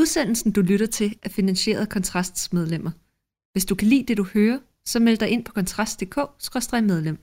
Udsendelsen, du lytter til, er finansieret af Kontrasts medlemmer. Hvis du kan lide det, du hører, så meld dig ind på kontrast.dk/medlem.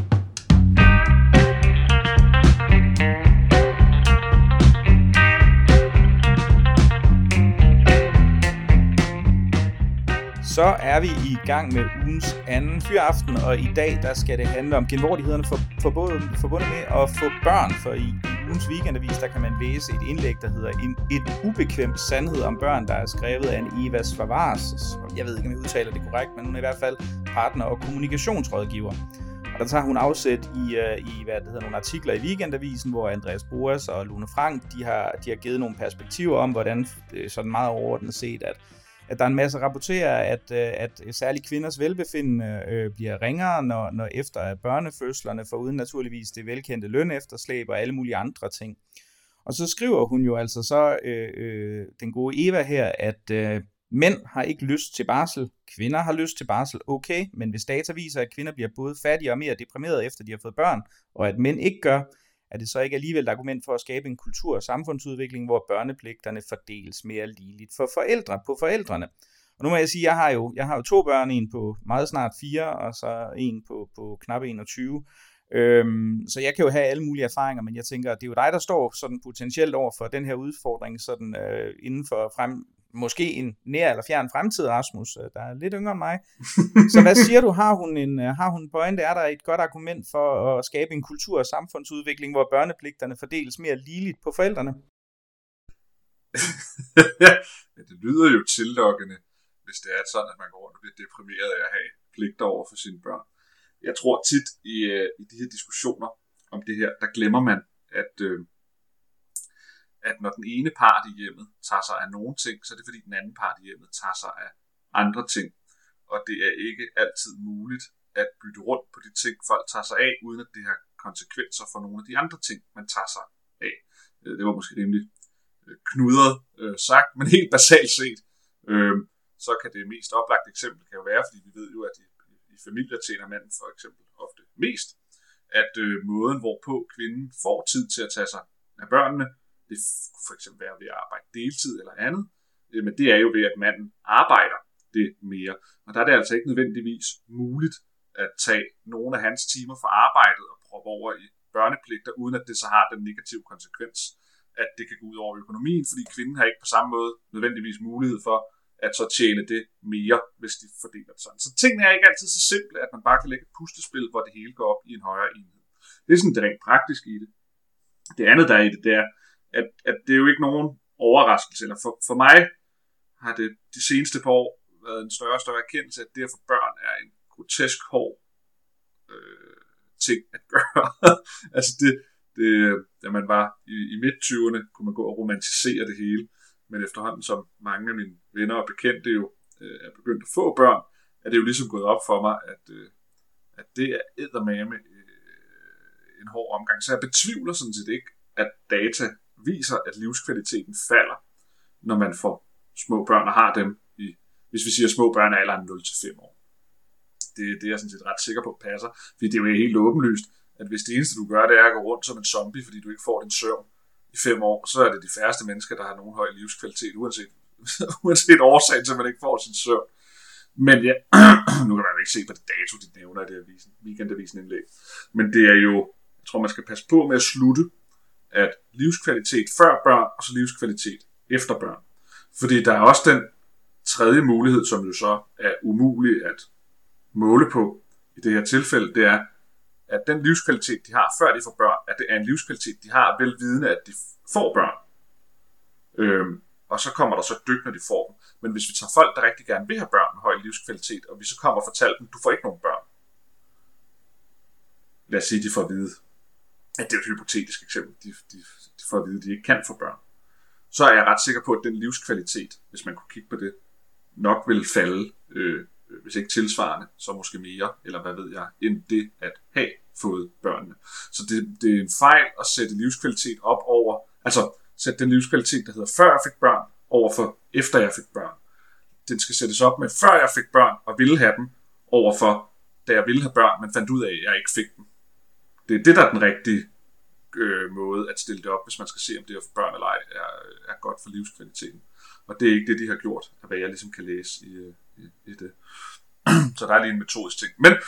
Så er vi i gang med ugens anden fyraften, og i dag der skal det handle om genvordighederne forbundet med at få børn. For i ugens weekendavis, der kan man læse et indlæg, der hedder Et ubekvemt sandhed om børn, der er skrevet af en Eva Svavars. Jeg ved ikke, om jeg udtaler det korrekt, men hun er i hvert fald partner og kommunikationsrådgiver. Og der tager hun afsæt i nogle artikler i Weekendavisen, hvor Andreas Boas og Lone Frank, de har givet nogle perspektiver om, hvordan sådan meget overordnet set, at der er en masse rapporterer, at særligt kvinders velbefindende bliver ringere, når efter børnefødslerne, foruden naturligvis det velkendte lønefterslæb og alle mulige andre ting. Og så skriver hun jo altså så, den gode Eva her, at mænd har ikke lyst til barsel, kvinder har lyst til barsel, okay, men hvis data viser, at kvinder bliver både fattigere og mere deprimerede efter de har fået børn, og at mænd ikke gør, er det så ikke alligevel et argument for at skabe en kultur- og samfundsudvikling, hvor børnepligterne fordeles mere ligeligt på forældrene. Og nu må jeg sige, at jeg har jo 2 børn, en på meget snart 4, og så en på knap 21. Så jeg kan jo have alle mulige erfaringer, men jeg tænker, at det er jo dig, der står sådan potentielt over for den her udfordring, sådan inden for måske en nær eller fjern fremtid, Rasmus, der er lidt yngre end mig. Så hvad siger du? Har hun en pointe? Er der et godt argument for at skabe en kultur- og samfundsudvikling, hvor børnepligterne fordeles mere ligeligt på forældrene? Ja, det lyder jo tillokkende, hvis det er sådan, at man går rundt og bliver deprimeret af at have pligter over for sine børn. Jeg tror tit i de her diskussioner om det her, der glemmer man, at når den ene part i hjemmet tager sig af nogle ting, så er det fordi den anden part i hjemmet tager sig af andre ting. Og det er ikke altid muligt at bytte rundt på de ting, folk tager sig af, uden at det har konsekvenser for nogle af de andre ting, man tager sig af. Det var måske rimelig knudret sagt, men helt basalt set, så kan det mest oplagte eksempel kan jo være, fordi vi ved jo, at i familier tjener manden for eksempel ofte mest, at måden, hvorpå kvinden får tid til at tage sig af børnene, det kunne for eksempel være ved at arbejde deltid eller andet, men det er jo ved, at manden arbejder det mere. Og der er det altså ikke nødvendigvis muligt at tage nogle af hans timer fra arbejdet og proppe over i børnepligter, uden at det så har den negative konsekvens, at det kan gå ud over økonomien, fordi kvinden har ikke på samme måde nødvendigvis mulighed for at så tjene det mere, hvis de fordeler det sådan. Så tingene er ikke altid så simple, at man bare kan lægge et puslespil, hvor det hele går op i en højere enhed. Det er sådan det rent praktisk i det. Det andet, der er i det, det er, at det er jo ikke nogen overraskelse. Eller for mig har det de seneste par år været en større og større erkendelse, at det at få børn er en grotesk hård ting at gøre. Altså da man var i midt-20'erne, kunne man gå og romantisere det hele. Men efterhånden, som mange af mine venner og bekendte jo er begyndt at få børn, er det jo ligesom gået op for mig, at det er eddermame en hård omgang. Så jeg betvivler sådan set ikke, at data viser, at livskvaliteten falder, når man får små børn og har dem hvis vi siger små børn er alderen 0-5 år. Det er jeg sådan set ret sikker på passer, fordi det er jo helt åbenlyst, at hvis det eneste du gør, det er at gå rundt som en zombie, fordi du ikke får din søvn i 5 år, så er det de færreste mennesker, der har nogen høj livskvalitet, uanset årsagen til, at man ikke får sin søvn. Men ja, nu kan man jo ikke se på det dato, de nævner i det her weekendavisen indlæg. Men det er jo, jeg tror man skal passe på med at slutte, at livskvalitet før børn, og så livskvalitet efter børn. Fordi der er også den tredje mulighed, som jo så er umulig at måle på i det her tilfælde, det er, at den livskvalitet, de har før de får børn, at det er en livskvalitet, de har velvidende, at de får børn. Og så kommer der så et dyk, når de får dem. Men hvis vi tager folk, der rigtig gerne vil have børn med høj livskvalitet, og vi så kommer og fortæller dem, du får ikke nogen børn. Lad os sige, de får at vide, at det er et hypotetisk eksempel, de får at vide, at de ikke kan få børn. Så er jeg ret sikker på, at den livskvalitet, hvis man kunne kigge på det, nok vil falde, hvis ikke tilsvarende, så måske mere, eller hvad ved jeg, end det at have fået børnene. Så det er en fejl at sætte livskvalitet op over, altså sætte den livskvalitet, der hedder før jeg fik børn, over for efter jeg fik børn. Den skal sættes op med før jeg fik børn og ville have dem, over for da jeg ville have børn, men fandt ud af, at jeg ikke fik dem. Det er det, der er den rigtige måde at stille det op, hvis man skal se, om det at få børn eller ej er godt for livskvaliteten. Og det er ikke det, de har gjort, af hvad jeg ligesom kan læse i det. Så der er lige en metodisk ting. Men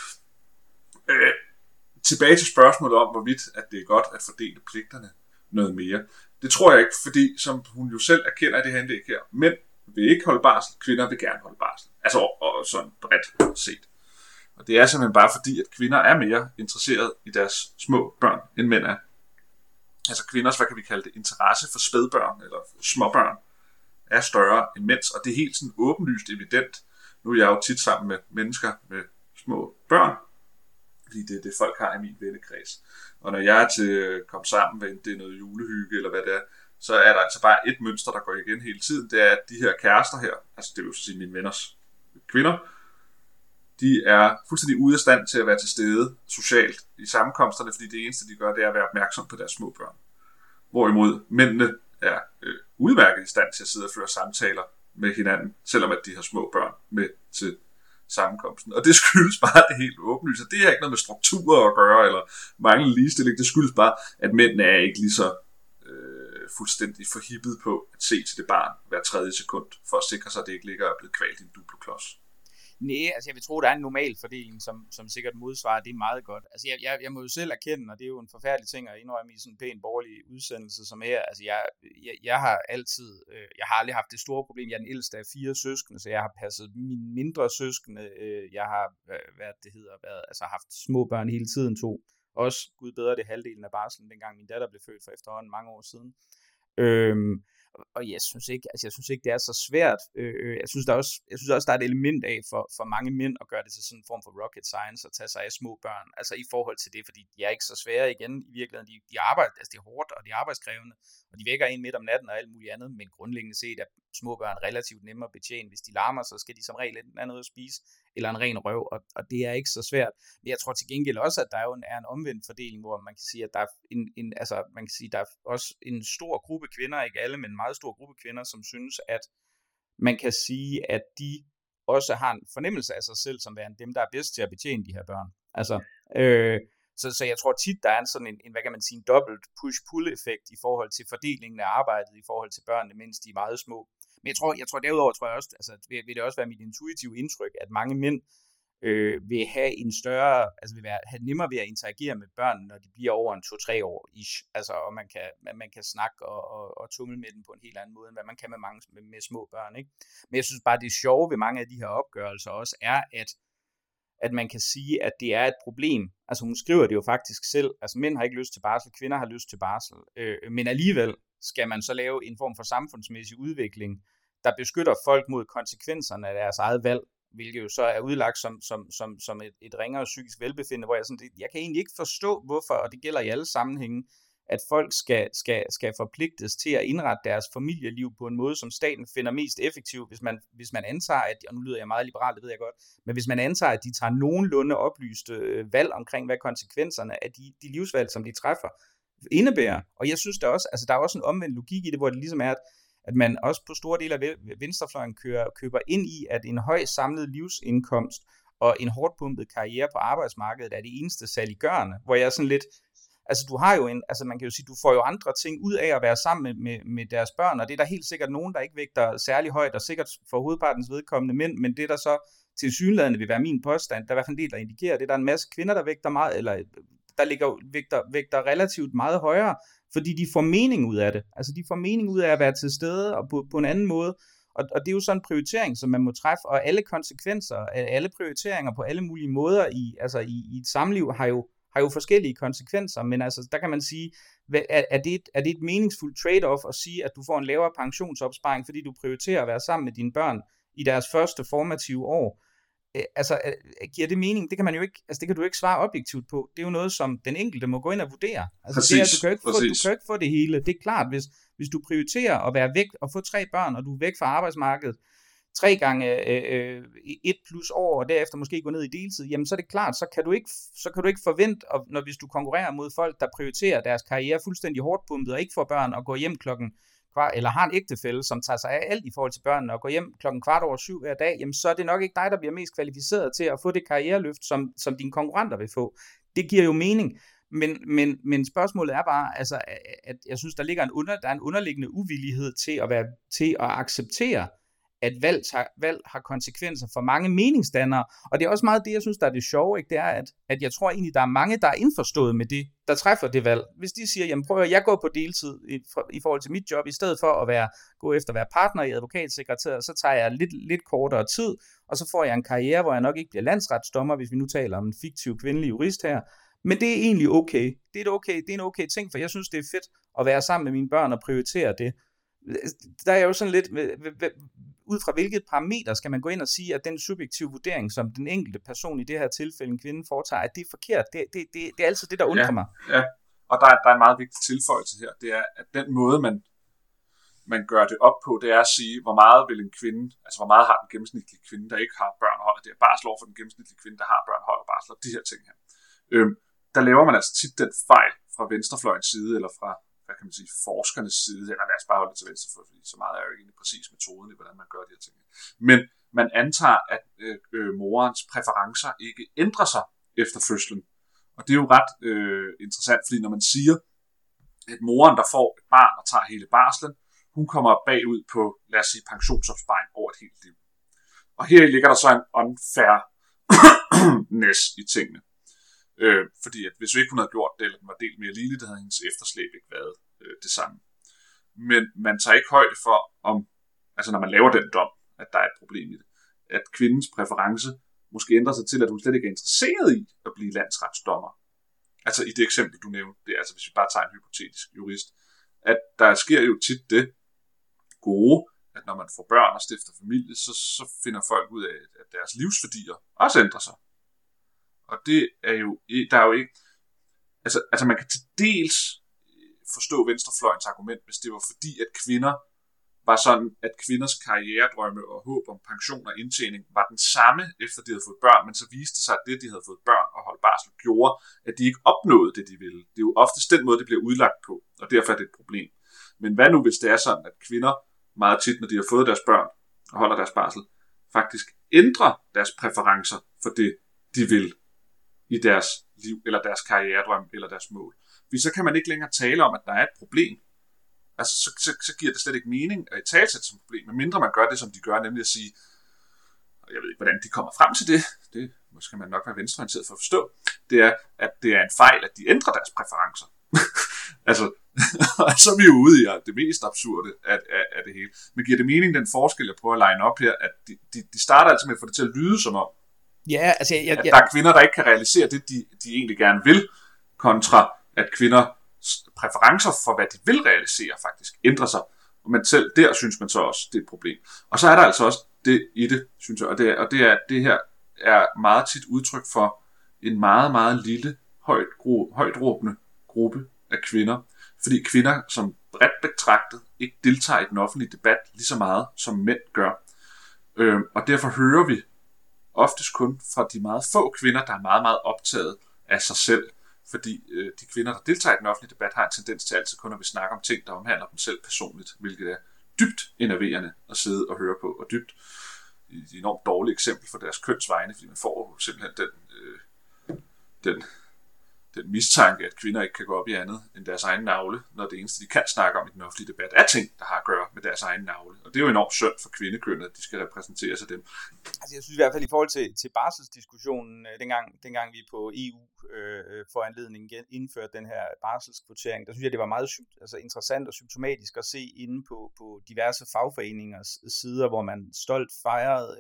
tilbage til spørgsmålet om, hvorvidt at det er godt at fordele pligterne noget mere. Det tror jeg ikke, fordi som hun jo selv erkender i det her indlæg her, mænd vil ikke holde barsel, kvinder vil gerne holde barsel. Altså og sådan bredt set. Og det er simpelthen bare fordi, at kvinder er mere interesseret i deres små børn, end mænd er. Altså kvinders, hvad kan vi kalde det, interesse for spædbørn eller småbørn er større end mænds, og det er helt sådan åbenlyst evident. Nu er jeg jo tit sammen med mennesker med små børn, fordi det er det, folk har i min vennekreds. Og når jeg er til komme sammen, hvad det er noget julehygge eller hvad det er, så er der altså bare et mønster, der går igen hele tiden. Det er, at de her kærester her, altså det vil sige mine venners kvinder, de er fuldstændig ude af stand til at være til stede socialt i sammenkomsterne, fordi det eneste, de gør, det er at være opmærksom på deres små børn. Hvorimod mændene er udmærket i stand til at sidde og føre samtaler med hinanden, selvom at de har små børn med til sammenkomsten. Og det skyldes bare det helt åbenlyst. Det har ikke noget med strukturer at gøre, eller manglende ligestilling. Det skyldes bare, at mændene er ikke lige så fuldstændig forhippet på at se til det barn hver tredje sekund, for at sikre sig, at det ikke ligger og er blevet kvalt i en duploklods. Nej, altså jeg vil tro, der er en normal fordeling, som sikkert modsvarer det meget godt. Altså jeg må jo selv erkende, og det er jo en forfærdelig ting at indrømme i sådan en pæn borgerlig udsendelse som her. Altså jeg har altid, jeg har aldrig haft det store problem. Jeg er den ældste af 4 søskende, så jeg har passet mine mindre søskende. Jeg har haft små børn hele tiden, også Gud bedre det halvdelen af barslen, dengang min datter blev født for efterhånden mange år siden. Og jeg synes ikke, det er så svært. Jeg synes også, der er et element af for mange mænd at gøre det til sådan en form for rocket science og tage sig af små børn. Altså i forhold til det, fordi de er ikke så svære igen i virkeligheden. De arbejder, altså det er hårdt, og de er arbejdskrævende, og de vækker en midt om natten og alt muligt andet, men grundlæggende set er små børn relativt nemmere at betjene. Hvis de larmer, så skal de som regel enten andet at spise, eller en ren røv, og det er ikke så svært. Men jeg tror til gengæld også, at der er en omvendt fordeling, hvor man kan sige, at der er også en stor gruppe kvinder, ikke alle, men en meget stor gruppe kvinder, som synes, at man kan sige, at de også har en fornemmelse af sig selv, som værende dem, der er bedst til at betjene de her børn. Altså, så jeg tror tit, der er sådan en hvad kan man sige, en dobbelt push-pull-effekt i forhold til fordelingen af arbejdet i forhold til børnene, mens de er meget små. Men jeg tror derudover, også, altså vil det også være mit intuitive indtryk, at mange mænd vil have en større, altså vil have nemmere ved at interagere med børn, når de bliver over en 2-3 år ish. Altså, og man kan snakke og tumle med dem på en helt anden måde, end hvad man kan med små børn, ikke? Men jeg synes bare, det sjove ved mange af de her opgørelser også er, at man kan sige, at det er et problem. Altså hun skriver det jo faktisk selv. Altså mænd har ikke lyst til barsel, kvinder har lyst til barsel. Men alligevel skal man så lave en form for samfundsmæssig udvikling, der beskytter folk mod konsekvenserne af deres eget valg, hvilket jo så er udlagt som et ringere psykisk velbefindende, hvor jeg kan egentlig ikke forstå, hvorfor, og det gælder i alle sammenhænge, at folk skal forpligtes til at indrette deres familieliv på en måde, som staten finder mest effektiv, hvis man antager, at, og nu lyder jeg meget liberalt, det ved jeg godt, men hvis man antager, at de tager nogenlunde oplyste valg omkring, hvad konsekvenserne af de livsvalg, som de træffer, indebærer. Og jeg synes, der er også en omvendt logik i det, hvor det ligesom er, at man også på store dele af venstrefløjen køber ind i, at en høj samlet livsindkomst og en hårdt pumpet karriere på arbejdsmarkedet er det eneste saliggørende, hvor jeg er sådan lidt, altså du har jo man kan jo sige, du får jo andre ting ud af at være sammen med deres børn, og det er der helt sikkert nogen, der ikke vægter særlig højt, og sikkert for hovedpartens vedkommende mænd, men det der så tilsyneladende vil være min påstand, der er i hvert fald en del, der indikerer det, der er en masse kvinder, der vægter meget, eller der vægter relativt meget højere, fordi de får mening ud af det. Altså de får mening ud af at være til stede og på en anden måde. Og det er jo sådan en prioritering, som man må træffe, og alle konsekvenser af alle prioriteringer på alle mulige måder i et samliv har jo forskellige konsekvenser, men altså der kan man sige, er det et meningsfuldt trade-off at sige, at du får en lavere pensionsopsparing, fordi du prioriterer at være sammen med dine børn i deres første formative år? Giver det mening? Det kan man jo ikke, det kan du ikke svare objektivt på. Det er jo noget, som den enkelte må gå ind og vurdere. Altså, du kan jo ikke få det hele. Det er klart, hvis du prioriterer at være væk og få 3 børn, og du er væk fra arbejdsmarkedet 3 gange 1 plus år, og derefter måske gå ned i deltid, jamen så er det klart, så kan du ikke forvente, hvis du konkurrerer mod folk, der prioriterer deres karriere fuldstændig hårdt pumpet og ikke får børn og går hjem eller har en ægtefælle, som tager sig af alt i forhold til børnene og går hjem 7:15 hver dag, jamen så er det nok ikke dig, der bliver mest kvalificeret til at få det karriereløft, som dine konkurrenter vil få. Det giver jo mening. Men spørgsmålet er bare, altså, at jeg synes, der er en underliggende uvillighed til at acceptere, at valg har konsekvenser for mange meningsdannere. Og det er også meget det, jeg synes, der er det sjove, ikke? Det er, at jeg tror egentlig, der er mange, der er indforstået med det, der træffer det valg. Hvis de siger, jamen prøv at jeg går på deltid i forhold til mit job, i stedet for at gå efter at være partner i advokatsekretær, så tager jeg lidt kortere tid, og så får jeg en karriere, hvor jeg nok ikke bliver landsretsdommer, hvis vi nu taler om en fiktiv kvindelig jurist her. Men det er egentlig okay. Det er en okay ting, for jeg synes, det er fedt at være sammen med mine børn og prioritere det. Der er jo sådan lidt, ud fra hvilket parameter skal man gå ind og sige, at den subjektive vurdering, som den enkelte person i det her tilfælde, en kvinde foretager, at det er forkert. Det er altid det, der undrer mig. Ja, og der er en meget vigtig tilføjelse her. Det er, at den måde, man gør det op på, det er at sige, hvor meget vil en kvinde, altså hvor meget har den gennemsnitlige kvinde, der ikke har børn og holder, det er barsel over for den gennemsnitlige kvinde, der har børn og holder barsel, og de her ting her. Der laver man altså tit den fejl fra venstrefløjens side, eller fra, hvad kan man sige, forskernes side, eller lad os bare holde det til venstrefløjen, fordi så meget er jo ikke præcis metoden i, hvordan man gør de her ting. Men man antager, at morens præferencer ikke ændrer sig efter fødslen. Og det er jo ret interessant, fordi når man siger, at moren, der får et barn og tager hele barslen, hun kommer bagud på, lad os sige, pensionsopsparing over et helt liv. Og her ligger der så en unfairness i tingene. Fordi at hvis ikke hun havde gjort det, eller den var delt mere lille, det havde hendes efterslæb ikke været det samme. Men man tager ikke højde for, altså når man laver den dom, at der er et problem i det, at kvindens præference måske ændrer sig til, at hun slet ikke er interesseret i at blive landsretsdommer. Altså i det eksempel, du nævnte, det er altså, hvis vi bare tager en hypotetisk jurist, at der sker jo tit det gode, at når man får børn og stifter familie, så finder folk ud af, at deres livsværdier også ændrer sig. Og det er jo, der er jo ikke, altså man kan til dels forstå venstrefløjens argument, hvis det var fordi, at kvinder var sådan, at kvinders karrieredrømme og håb om pension og indtjening var den samme, efter de havde fået børn, men så viste sig, at det, de havde fået børn og holdt barsel, gjorde, at de ikke opnåede det, de ville. Det er jo oftest den måde, det bliver udlagt på, og derfor er det et problem. Men hvad nu, hvis det er sådan, at kvinder meget tit, når de har fået deres børn og holder deres barsel, faktisk ændrer deres præferencer for det, de vil i deres liv, eller deres karrieredrøm, eller deres mål. Fordi så kan man ikke længere tale om, at der er et problem. Altså, så giver det slet ikke mening at talsætte som problem, medmindre man gør det, som de gør, nemlig at sige, og jeg ved ikke, hvordan de kommer frem til det måske man nok være venstreorienteret for at forstå, det er, at det er en fejl, at de ændrer deres præferencer. Altså, så er vi jo ude i det mest absurde af det hele. Men giver det mening, den forskel, jeg prøver at line op her, at de starter altså med at få det til at lyde som om, ja, altså, at der er kvinder, der ikke kan realisere det, de egentlig gerne vil, kontra at kvinder præferencer for, hvad de vil realisere, faktisk ændrer sig. Men selv der synes man så også, det er et problem. Og så er der altså også det i det, synes jeg, og det er, at det her er meget tit udtryk for en meget, meget lille, højt råbende gruppe af kvinder. Fordi kvinder, som bredt betragtet, ikke deltager i den offentlige debat lige så meget, som mænd gør. Og derfor hører vi oftest kun fra de meget få kvinder, der er meget, meget optaget af sig selv. Fordi de kvinder, der deltager i den offentlige debat, har en tendens til altid kun at vil snakke om ting, der omhandler dem selv personligt, hvilket er dybt enerverende at sidde og høre på, og dybt et enormt dårligt eksempel for deres kønsvegne, fordi man får simpelthen den mistanke, at kvinder ikke kan gå op i andet end deres egen navle, når det eneste, de kan snakke om i den offentlige debat, er ting, der har at gøre med deres egen navle. Og det er jo enormt synd for kvindekønnet, at de skal repræsenteres af dem. Altså jeg synes i hvert fald i forhold til barselsdiskussionen, dengang vi på EU for anledning indførte den her barselskvotering, der synes jeg, det var meget interessant og symptomatisk at se inde på diverse fagforeningers sider, hvor man stolt fejrede,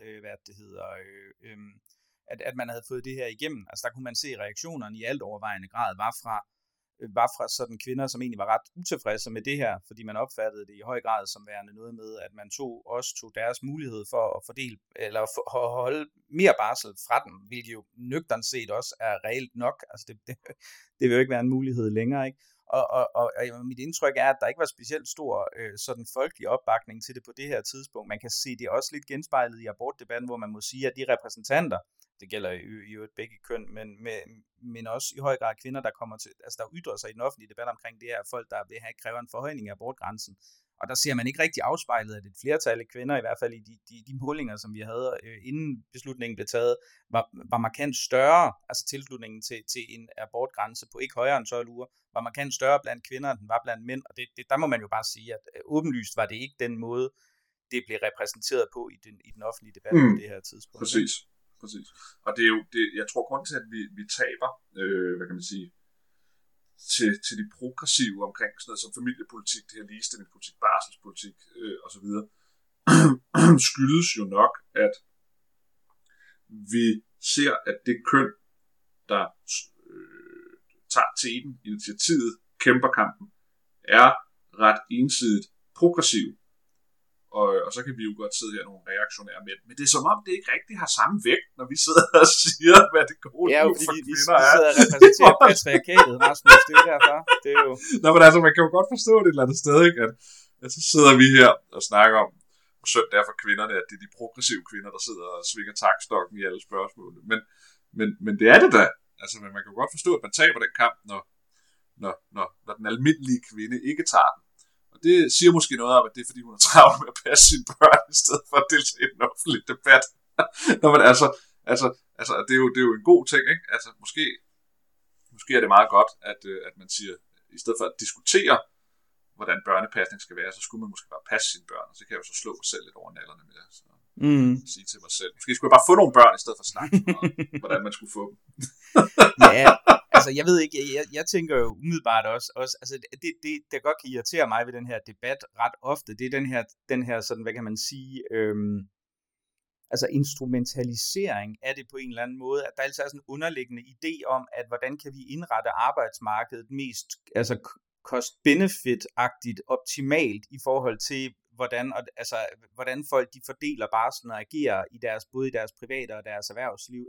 at man havde fået det her igennem. Altså der kunne man se, at reaktionerne i alt overvejende grad var fra sådan kvinder, som egentlig var ret utilfredse med det her, fordi man opfattede det i høj grad som værende noget med, at man tog deres mulighed for at fordele, eller holde mere barsel fra dem, hvilket jo nøgternt set også er reelt nok. Altså det vil jo ikke være en mulighed længere, ikke? Og mit indtryk er, at der ikke var specielt stor sådan folkelig opbakning til det på det her tidspunkt. Man kan se det også lidt genspejlet i abortdebatten, hvor man må sige, at de repræsentanter, det gælder jo begge køn, men også i høj grad kvinder, der kommer til, altså der ytrer sig i den offentlige debat omkring det her, folk, der vil have kræver en forhøjning af abortgrænsen, Og der ser man ikke rigtig afspejlet, at et flertal af kvinder, i hvert fald i de målinger, som vi havde, inden beslutningen blev taget, var markant større, altså tilslutningen til en abortgrænse på ikke højere end 12 uger, var markant større blandt kvinder, end den var blandt mænd. Og der må man jo bare sige, at åbenlyst var det ikke den måde, det blev repræsenteret på i den offentlige debat på det her tidspunkt. Præcis. Og det er jo, jeg tror grund til, at vi taber, hvad kan man sige, til de progressive omkring sådan noget som familiepolitik, det her ligestillingspolitik, barselspolitik osv., skyldes jo nok, at vi ser, at det køn, der tager teten, initiativet, kæmper kampen, er ret ensidigt progressiv. Og så kan vi jo godt sidde her nogle reaktionære med. Men det er som om, det ikke rigtig har samme vægt, når vi sidder og siger, hvad det gode liv for kvinder er. Ja, fordi vi sidder og repræsenterer patriarkatet, Rasmus. Det er jo derfor. Det er jo... Nå, men altså, man kan jo godt forstå det et eller andet sted, ikke? At så sidder vi her og snakker om, hvor synd det er for kvinderne, at det er de progressive kvinder, der sidder og svinger taktstokken i alle spørgsmål. Men det er det da. Altså, man kan jo godt forstå, at man taber den kamp, når den almindelige kvinde ikke tager den. Det siger måske noget om, at det er, fordi hun er travlt med at passe sine børn, i stedet for at deltage i en offentlig debat. Nå, men altså, det er jo en god ting, ikke? Altså, måske er det meget godt, at man siger, i stedet for at diskutere, hvordan børnepasning skal være, så skulle man måske bare passe sine børn, og så kan jeg jo så slå mig selv lidt over nallerne med det. Så sige til mig selv. Måske skulle jeg bare få nogle børn, i stedet for at snakke om, hvordan man skulle få dem. Ja, altså jeg ved ikke, jeg tænker jo umiddelbart også altså det der godt kan irritere mig ved den her debat ret ofte, det er den her sådan, hvad kan man sige, altså instrumentalisering af det på en eller anden måde, at der altså er sådan en underliggende idé om, at hvordan kan vi indrette arbejdsmarkedet mest, altså cost-benefit-agtigt optimalt i forhold til, hvordan folk de fordeler barslen og agerer både i deres private og deres erhvervsliv.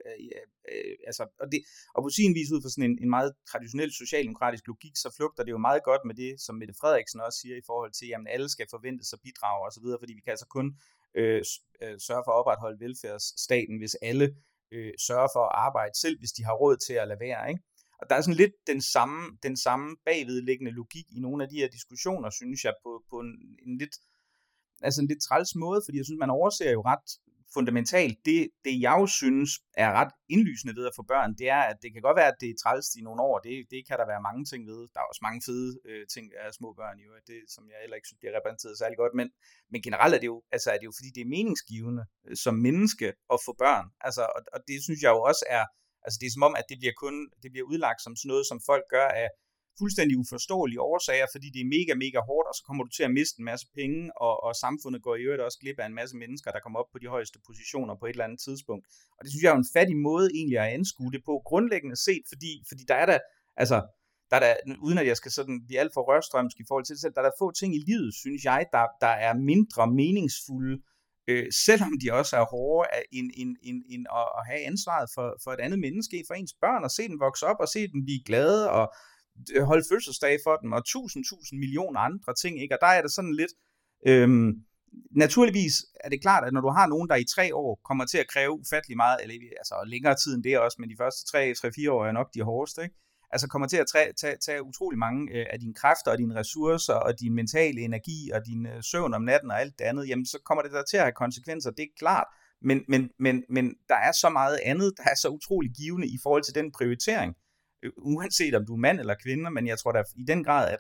Og på sin vis ud fra sådan en meget traditionel socialdemokratisk logik, så flugter det jo meget godt med det, som Mette Frederiksen også siger i forhold til, at alle skal forventes at bidrage osv., fordi vi kan altså kun sørge for at opretholde velfærdsstaten, hvis alle sørger for at arbejde selv, hvis de har råd til at lade være, ikke? Og der er sådan lidt den samme bagvedliggende logik i nogle af de her diskussioner, synes jeg, på en lidt træls måde, fordi jeg synes, man overser jo ret fundamentalt. Det jeg jo synes er ret indlysende ved at få børn, det er, at det kan godt være, at det er træls i nogle år. Det kan der være mange ting ved. Der er også mange fede ting af små børn i øvrigt, det som jeg heller ikke synes bliver repræsenteret særlig godt. Men generelt er det jo fordi det er meningsgivende som menneske at få børn. Altså, og det synes jeg jo også er. Altså det er som om, at det bliver udlagt som sådan noget, som folk gør af fuldstændig uforståelige årsager, fordi det er mega, mega hårdt, og så kommer du til at miste en masse penge, og samfundet går i øvrigt også glip af en masse mennesker, der kommer op på de højeste positioner på et eller andet tidspunkt. Og det synes jeg er jo en fattig måde egentlig at anskue det på, grundlæggende set, fordi der er der, uden at jeg skal sådan blive alt for rørstrømsk i forhold til det selv, der er der få ting i livet, synes jeg, der er mindre meningsfulde, selvom de også er hårde end at have ansvaret for et andet menneske, for ens børn, og se dem vokse op, og se dem blive glade, og holde fødselsdag for dem, og 1000 millioner andre ting, ikke? Og der er det sådan lidt, naturligvis er det klart, at når du har nogen, der i 3 år kommer til at kræve ufattelig meget, eller altså længere tid end det også, men de første 3-4 år er nok de hårdeste, ikke? Altså kommer til at tage utrolig mange af dine kræfter og dine ressourcer og din mentale energi og din søvn om natten og alt det andet, jamen så kommer det der til at have konsekvenser, det er klart. Men der er så meget andet, der er så utrolig givende i forhold til den prioritering, uanset om du er mand eller kvinde, men jeg tror da i den grad,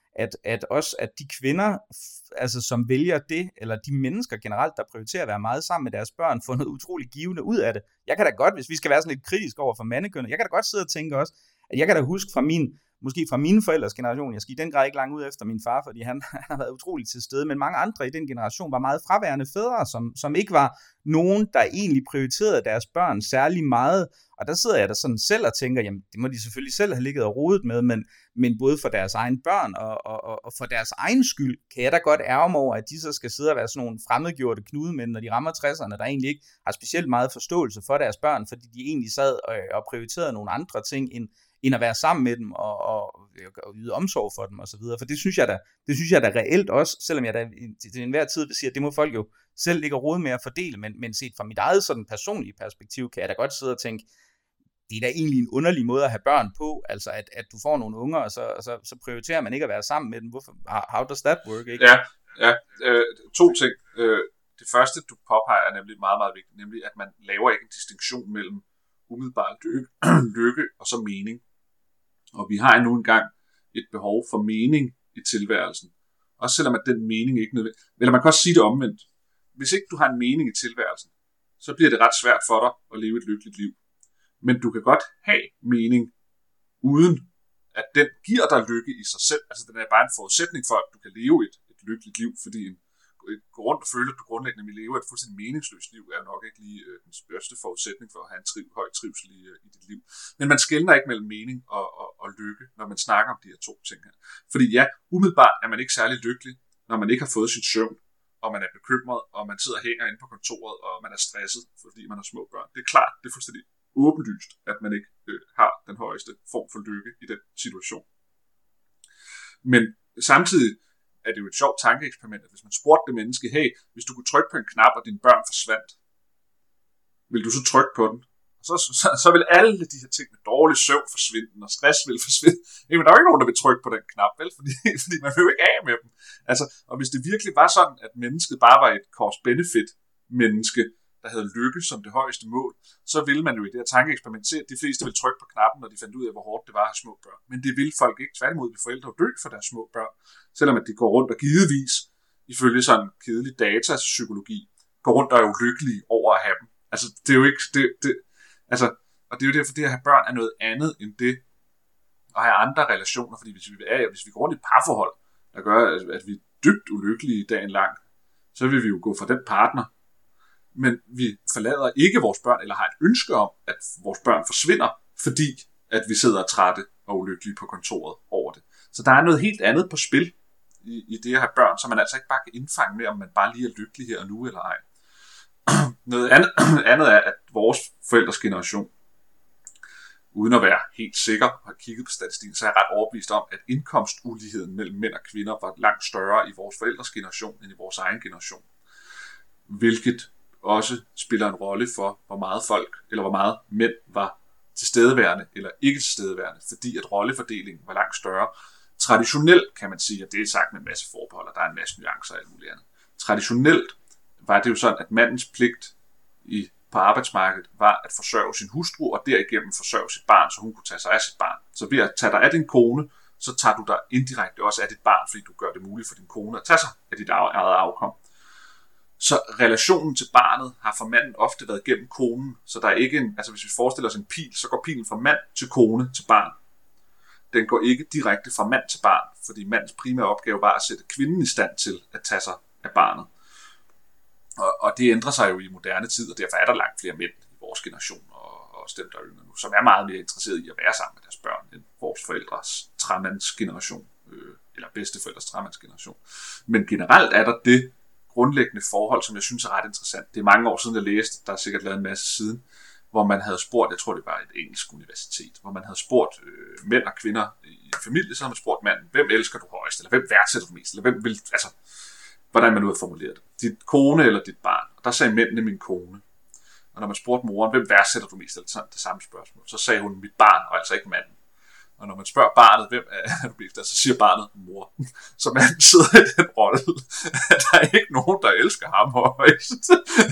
at de kvinder, altså som vælger det, eller de mennesker generelt, der prioriterer at være meget sammen med deres børn, får noget utrolig givende ud af det. Jeg kan da godt, hvis vi skal være sådan lidt kritisk over for mandekønnet, jeg kan da godt sidde og tænke også, at jeg kan da huske måske fra mine forældres generation, jeg skal i den grad ikke langt ud efter min far, fordi han har været utroligt til stede, men mange andre i den generation var meget fraværende fædre, som ikke var nogen, der egentlig prioriterede deres børn særlig meget. Og der sidder jeg da sådan selv og tænker, jamen det må de selvfølgelig selv have ligget og rodet med, men både for deres egen børn og for deres egen skyld, kan jeg da godt ærge mig over, at de så skal sidde og være sådan nogle fremmedgjorte knudemænd, når de rammer 60'erne, der egentlig ikke har specielt meget forståelse for deres børn, fordi de egentlig sad og prioriterede nogle andre ting, end at være sammen med dem og yde omsorg for dem og så videre. For det synes jeg da reelt også, selvom jeg da til enhver tid vil sige, at det må folk jo selv ligge og rode med at fordele, men set fra mit eget sådan personlige perspektiv, kan jeg da godt sidde og tænke, det er da egentlig en underlig måde at have børn på, altså at du får nogle unger, og så prioriterer man ikke at være sammen med dem. How does that work, ikke? Ja, Ja, to ting. Det første, du påpeger, er nemlig meget, meget vigtigt, nemlig at man laver ikke en distinktion mellem umiddelbar lykke og så mening. Og vi har nu engang et behov for mening i tilværelsen. Også selvom at den mening ikke nødvendig. Eller man kan også sige det omvendt. Hvis ikke du har en mening i tilværelsen, så bliver det ret svært for dig at leve et lykkeligt liv. Men du kan godt have mening, uden at den giver dig lykke i sig selv. Altså den er bare en forudsætning for, at du kan leve et lykkeligt liv, fordi gå rundt og føle, at du grundlæggende vil leve et fuldstændig meningsløst liv, er jo nok ikke lige den største forudsætning for at have en høj trivsel i dit liv. Men man skelner ikke mellem mening og lykke, når man snakker om de her to ting her. Fordi ja, umiddelbart er man ikke særlig lykkelig, når man ikke har fået sin søvn, og man er bekymret, og man sidder og hænger inde på kontoret, og man er stresset, fordi man har små børn. Det er klart, det er fuldstændig åbenlyst, at man ikke har den højeste form for lykke i den situation. Men samtidig er det jo et sjovt tankeeksperiment, at hvis man spurgte det menneske, hey, hvis du kunne trykke på en knap, og dine børn forsvandt, vil du så trykke på den? Og så vil alle de her ting med dårlig søvn forsvinde, og stress vil forsvinde. Men der er jo ikke nogen, der vil trykke på den knap, vel? Fordi man vil jo ikke af med dem. Altså, og hvis det virkelig var sådan, at mennesket bare var et cost-benefit-menneske, der havde lykke som det højeste mål, så ville man jo i det her tankeeksperiment se, at de fleste ville trykke på knappen, når de fandt ud af, hvor hårdt det var at have små børn. Men det vil folk ikke. Tværtimod vil forældre dø for deres små børn, selvom at de går rundt og givetvis, ifølge sådan kedelig datapsykologi, går rundt og er ulykkelige over at have dem. Altså, det er jo ikke... og det er jo derfor, det at have børn er noget andet end det at have andre relationer, fordi hvis vi går rundt i et parforhold, der gør, at vi er dybt ulykkelige dagen lang, så vil vi jo gå fra den partner. Men vi forlader ikke vores børn, eller har et ønske om, at vores børn forsvinder, fordi at vi sidder trætte og ulykkelige på kontoret over det. Så der er noget helt andet på spil i det at have børn, så man altså ikke bare kan indfange med, om man bare lige er lykkelig her og nu eller ej. Noget andet er, at vores forældres generation, uden at være helt sikker og have kigget på statistikken, så er jeg ret overbevist om, at indkomstuligheden mellem mænd og kvinder var langt større i vores forældres generation end i vores egen generation. Hvilket også spiller en rolle for, hvor meget mænd var tilstedeværende eller ikke tilstedeværende, fordi at rollefordelingen var langt større. Traditionelt kan man sige, og det er sagt med en masse forbehold, og der er en masse nuancer og alt muligt andet. Traditionelt var det jo sådan, at mandens pligt på arbejdsmarkedet var at forsørge sin hustru, og derigennem forsørge sit barn, så hun kunne tage sig af sit barn. Så ved at tage dig af din kone, så tager du dig indirekte også af dit barn, fordi du gør det muligt for din kone at tage sig af dit eget afkom. Så relationen til barnet har for manden ofte været gennem konen, så der er ikke hvis vi forestiller os en pil, så går pilen fra mand til kone til barn. Den går ikke direkte fra mand til barn, fordi mandens primære opgave var at sætte kvinden i stand til at tage sig af barnet. Og det ændrer sig jo i moderne tid, og derfor er der langt flere mænd i vores generation, og også dem, der er yngre nu, som er meget mere interesseret i at være sammen med deres børn, end vores forældres træmandsgeneration, eller bedsteforældres træmandsgeneration. Men generelt er der det grundlæggende forhold, som jeg synes er ret interessant. Det er mange år siden, jeg læste, der er sikkert lavet en masse siden, hvor man havde spurgt, jeg tror det var et engelsk universitet, hvor man havde spurgt mænd og kvinder i en familie, så havde man spurgt manden, hvem elsker du højst, eller hvem værdsætter du mest, eller hvem vil, hvordan man nu har formuleret det. Dit kone eller dit barn. Og der sagde mændene min kone. Og når man spurgte moren, hvem værdsætter du mest, eller sådan det samme spørgsmål, så sagde hun mit barn, og altså ikke manden. Og når man spørger barnet, hvem er du mest, så siger barnet mor. Så man sidder i den rolle, at der er ikke nogen, der elsker ham højst.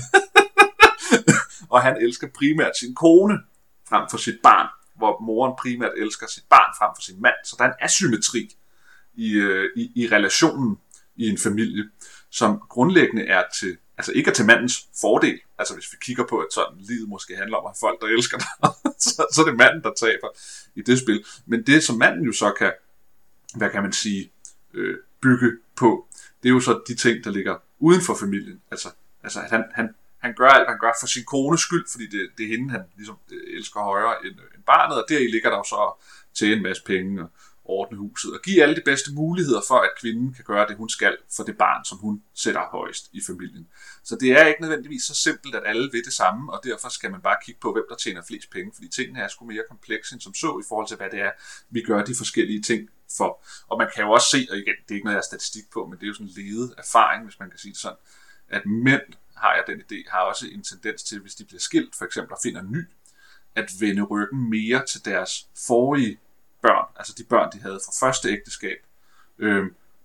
Og han elsker primært sin kone frem for sit barn, hvor moren primært elsker sit barn frem for sin mand. Så der er en asymmetri i relationen i en familie, som grundlæggende er til, altså ikke er til mandens fordel. Altså hvis vi kigger på, at sådan livet måske handler om at folk, der elsker dig, så er det manden, der taber i det spil. Men det, som manden jo så kan, hvad kan man sige, bygge på, det er jo så de ting, der ligger uden for familien. Altså at han gør alt, han gør for sin kones skyld, fordi det er hende, han ligesom elsker højere end barnet, og deri ligger der jo så til en masse penge og ordne huset, og give alle de bedste muligheder for, at kvinden kan gøre det, hun skal for det barn, som hun sætter højst i familien. Så det er ikke nødvendigvis så simpelt, at alle ved det samme, og derfor skal man bare kigge på, hvem der tjener flest penge, fordi tingene er sgu mere komplekse end som så, i forhold til, hvad det er, vi gør de forskellige ting for. Og man kan jo også se, og igen, det er ikke noget, jeg har statistik på, men det er jo sådan en ledet erfaring, hvis man kan sige det sådan, at mænd, har jeg den idé, har også en tendens til, hvis de bliver skilt, for eksempel, og finder ny, at vende ryggen mere til deres forrige børn, altså de børn, de havde fra første ægteskab,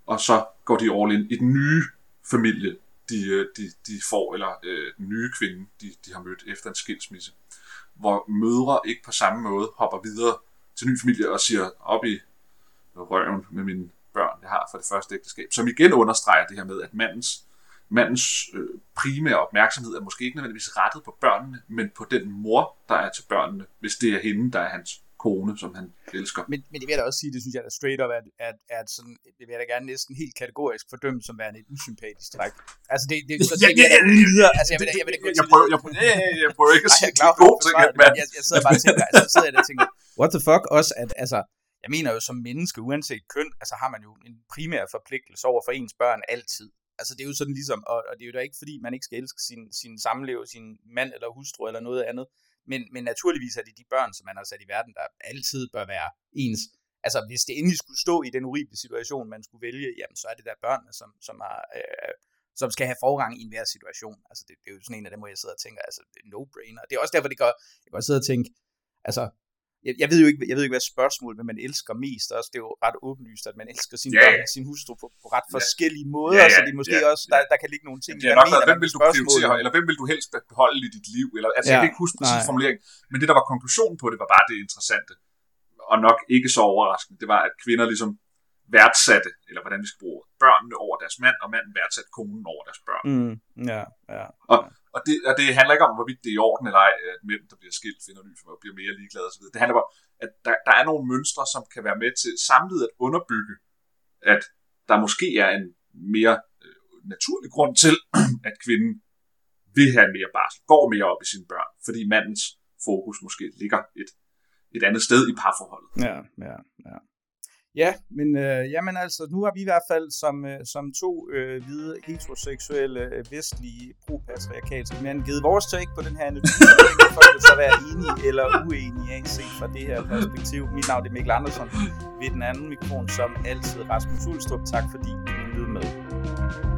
og så går de all in i den nye familie, de får, eller den nye kvinde, de har mødt efter en skilsmisse. Hvor mødre ikke på samme måde hopper videre til ny familie og siger op i røven med mine børn, jeg har for det første ægteskab, som igen understreger det her med, at mandens primære opmærksomhed er måske ikke nødvendigvis rettet på børnene, men på den mor, der er til børnene, hvis det er hende, der er hans kone, som han elsker. Men det vil jeg da også sige, det synes jeg da straight up, at sådan, det vil jeg da gerne næsten helt kategorisk fordømme som værende et usympatisk træk. Altså det så tænker jeg da uden videre. Altså jeg prøver ikke at sige det gode ting, men jeg sidder bare og tænker, what the fuck også, at altså, jeg mener jo som menneske, uanset køn, altså har man jo en primær forpligtelse over for ens børn altid. Altså det er jo sådan ligesom, og det er jo da ikke fordi, man ikke skal elske sin samlever, sin mand eller hustru eller noget andet, men naturligvis er det de børn, som man har sat i verden, der altid bør være ens. Altså hvis det endelig skulle stå i den urimelige situation, man skulle vælge, jamen så er det der børnene, som skal have forrang i enhver situation. Altså det er jo sådan en af dem, hvor jeg sidder og tænker, altså no-brainer. Det er også derfor, jeg kan sidde og tænke, altså jeg ved jo ikke, hvad spørgsmålet, men man elsker mest. Også, det er jo ret åbenlyst, at man elsker sin børn og sin hustru på ret forskellige måder, så det er måske også, der kan ligge nogle ting, der mener, hvem vil du prioritere, eller hvem vil du helst beholde i dit liv? Eller, altså, jeg kan ikke huske præcis formuleringen, men det, der var konklusionen på det, var bare det interessante, og nok ikke så overraskende. Det var, at kvinder ligesom værdsatte, eller hvordan vi skal bruge børnene over deres mand, og manden værdsatte konen over deres børn. Og det handler ikke om, hvorvidt det er i orden eller ej, at mænd, der bliver skilt, finder ny for, bliver mere ligeglade osv. Det handler om, at der er nogle mønstre, som kan være med til samtidig at underbygge, at der måske er en mere naturlig grund til, at kvinden vil have mere barsel, går mere op i sine børn, fordi mandens fokus måske ligger et andet sted i parforholdet. Ja, men jamen altså, nu har vi i hvert fald som to hvide, heteroseksuelle, vestlige, pro-patriarkalske mænd givet vores take på den her analyse, og det kan folk så være enige eller uenige af set fra det her perspektiv. Mit navn er Mikkel Andersen, ved den anden mikrofon som altid Rasmus Ulstrup. Tak fordi I lyttede med.